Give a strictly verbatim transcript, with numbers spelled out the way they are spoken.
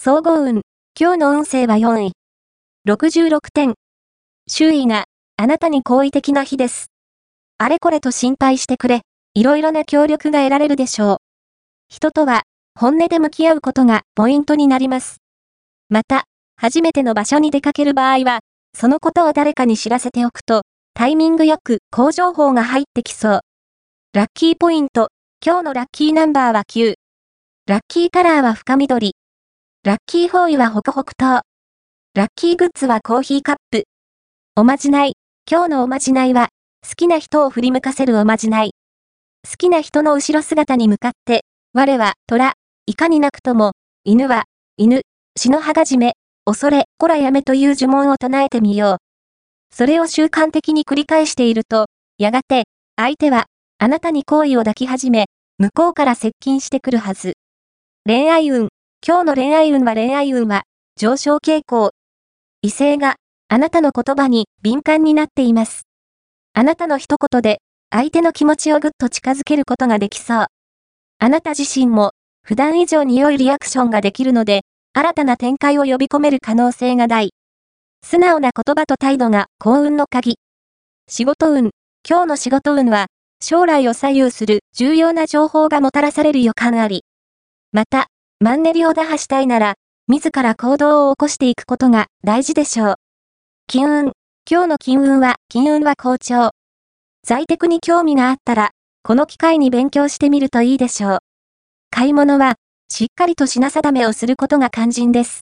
総合運。今日の運勢はよんい。ろくじゅうろくてん。周囲があなたに好意的な日です。あれこれと心配してくれ、いろいろな協力が得られるでしょう。人とは本音で向き合うことがポイントになります。また、初めての場所に出かける場合は、そのことを誰かに知らせておくと、タイミングよく好情報が入ってきそう。ラッキーポイント。今日のラッキーナンバーはきゅう。ラッキーカラーは深緑。ラッキーフォーイはホクホク糖。ラッキーグッズはコーヒーカップ。おまじない。今日のおまじないは、好きな人を振り向かせるおまじない。好きな人の後ろ姿に向かって、我は虎、いかになくとも、犬は犬、死の葉がじめ、恐れ、こらやめという呪文を唱えてみよう。それを習慣的に繰り返していると、やがて、相手は、あなたに好意を抱き始め、向こうから接近してくるはず。恋愛運。今日の恋愛運は恋愛運は、上昇傾向。異性が、あなたの言葉に敏感になっています。あなたの一言で、相手の気持ちをぐっと近づけることができそう。あなた自身も、普段以上に良いリアクションができるので、新たな展開を呼び込める可能性が大。素直な言葉と態度が幸運の鍵。仕事運。今日の仕事運は、将来を左右する重要な情報がもたらされる予感あり。また、マンネリを打破したいなら、自ら行動を起こしていくことが大事でしょう。金運。今日の金運は、金運は好調。在テクに興味があったら、この機会に勉強してみるといいでしょう。買い物は、しっかりと品定めをすることが肝心です。